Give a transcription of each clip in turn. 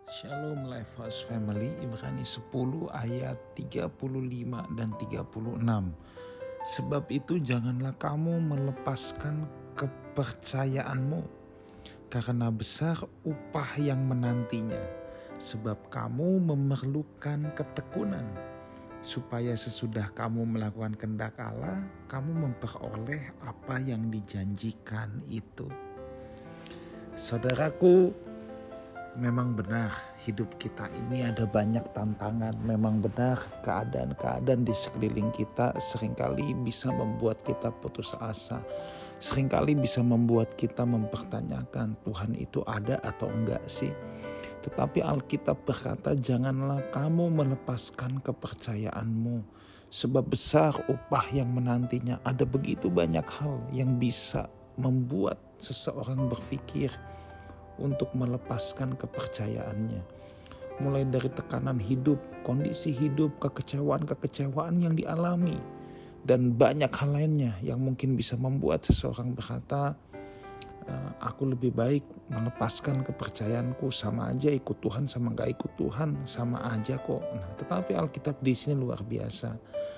Shalom Lifehouse Family, Ibrani 10 ayat 35 dan 36. Sebab itu janganlah kamu melepaskan kepercayaanmu, karena besar upah yang menantinya. Sebab kamu memerlukan ketekunan, supaya sesudah kamu melakukan kehendak Allah, kamu memperoleh apa yang dijanjikan itu. Saudaraku, memang benar hidup kita ini ada banyak tantangan. Memang benar keadaan-keadaan di sekeliling kita seringkali bisa membuat kita putus asa. Seringkali bisa membuat kita mempertanyakan, Tuhan itu ada atau enggak sih? Tetapi Alkitab berkata, janganlah kamu melepaskan kepercayaanmu, sebab besar upah yang menantinya. Ada begitu banyak hal yang bisa membuat seseorang berpikir untuk melepaskan kepercayaannya. Mulai dari tekanan hidup, kondisi hidup, kekecewaan yang dialami, dan banyak hal lainnya yang mungkin bisa membuat seseorang berkata, aku lebih baik melepaskan kepercayaanku, sama aja ikut Tuhan sama gak ikut Tuhan, sama aja kok. Nah, tetapi Alkitab di sini luar biasa.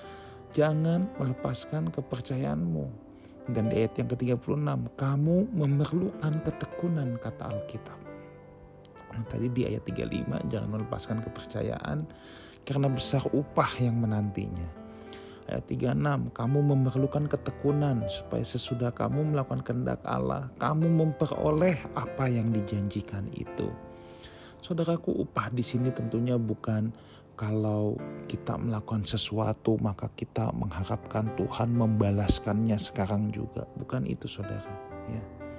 Jangan melepaskan kepercayaanmu. Dan di ayat yang ke-36, kamu memerlukan ketekunan, kata Alkitab. Nah, tadi di ayat 35, jangan melepaskan kepercayaan karena besar upah yang menantinya. Ayat 36, kamu memerlukan ketekunan supaya sesudah kamu melakukan kehendak Allah, kamu memperoleh apa yang dijanjikan itu. Saudaraku, upah di sini tentunya bukan kalau kita melakukan sesuatu maka kita mengharapkan Tuhan membalaskannya sekarang juga. Bukan itu, saudara. Ya.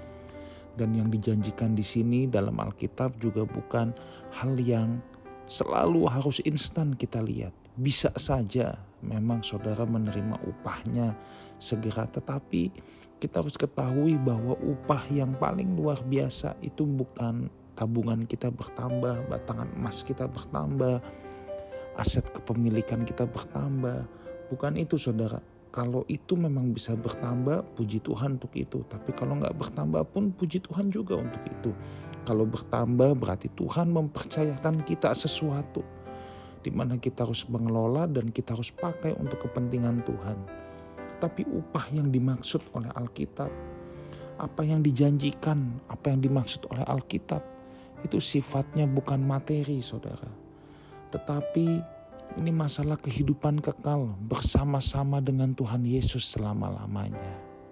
Dan yang dijanjikan di sini dalam Alkitab juga bukan hal yang selalu harus instan kita lihat. Bisa saja memang saudara menerima upahnya segera, tetapi kita harus ketahui bahwa upah yang paling luar biasa itu bukan tabungan kita bertambah, batangan emas kita bertambah, aset kepemilikan kita bertambah. Bukan itu, saudara. Kalau itu memang bisa bertambah, puji Tuhan untuk itu. Tapi kalau gak bertambah pun puji Tuhan juga untuk itu. Kalau bertambah berarti Tuhan mempercayakan kita sesuatu, di mana kita harus mengelola dan kita harus pakai untuk kepentingan Tuhan. Tapi upah yang dimaksud oleh Alkitab, apa yang dijanjikan, apa yang dimaksud oleh Alkitab, itu sifatnya bukan materi, saudara. Tetapi ini masalah kehidupan kekal bersama-sama dengan Tuhan Yesus selama-lamanya.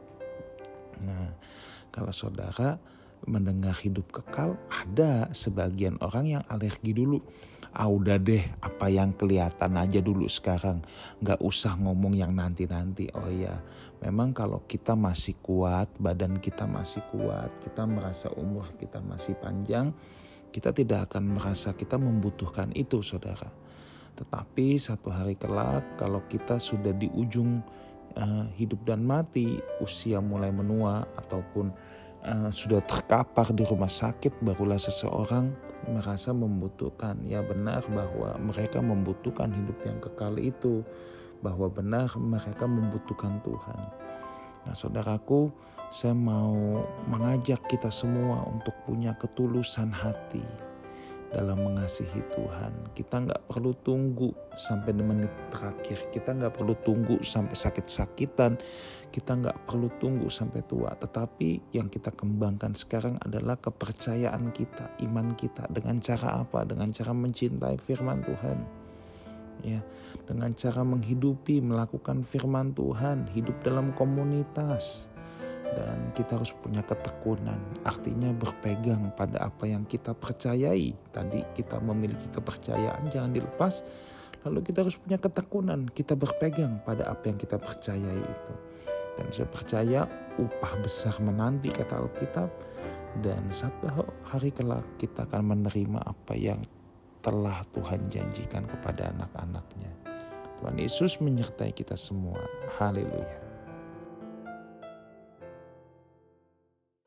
Nah, kalau saudara mendengar hidup kekal, ada sebagian orang yang alergi dulu. Udah deh, apa yang kelihatan aja dulu sekarang. Gak usah ngomong yang nanti-nanti. Oh ya, memang kalau kita masih kuat, badan kita masih kuat, kita merasa umur kita masih panjang, kita tidak akan merasa kita membutuhkan itu, saudara. Tetapi satu hari kelak, kalau kita sudah di ujung hidup dan mati, usia mulai menua ataupun sudah terkapar di rumah sakit, barulah seseorang merasa membutuhkan. Ya, benar bahwa mereka membutuhkan hidup yang kekal itu, bahwa benar mereka membutuhkan Tuhan. Nah, saudaraku, saya mau mengajak kita semua untuk punya ketulusan hati dalam mengasihi Tuhan. Kita gak perlu tunggu sampai di menit terakhir. Kita gak perlu tunggu sampai sakit-sakitan. Kita gak perlu tunggu sampai tua. Tetapi yang kita kembangkan sekarang adalah kepercayaan kita, iman kita. Dengan cara apa? Dengan cara mencintai firman Tuhan. Ya, dengan cara menghidupi, melakukan firman Tuhan, hidup dalam komunitas. Dan kita harus punya ketekunan, artinya berpegang pada apa yang kita percayai. Tadi kita memiliki kepercayaan, jangan dilepas. Lalu kita harus punya ketekunan, kita berpegang pada apa yang kita percayai itu. Dan saya percaya upah besar menanti, kata Alkitab. Dan satu hari kelak kita akan menerima apa yang telah Tuhan janjikan kepada anak-anaknya. Tuhan Yesus menyertai kita semua. Haleluya.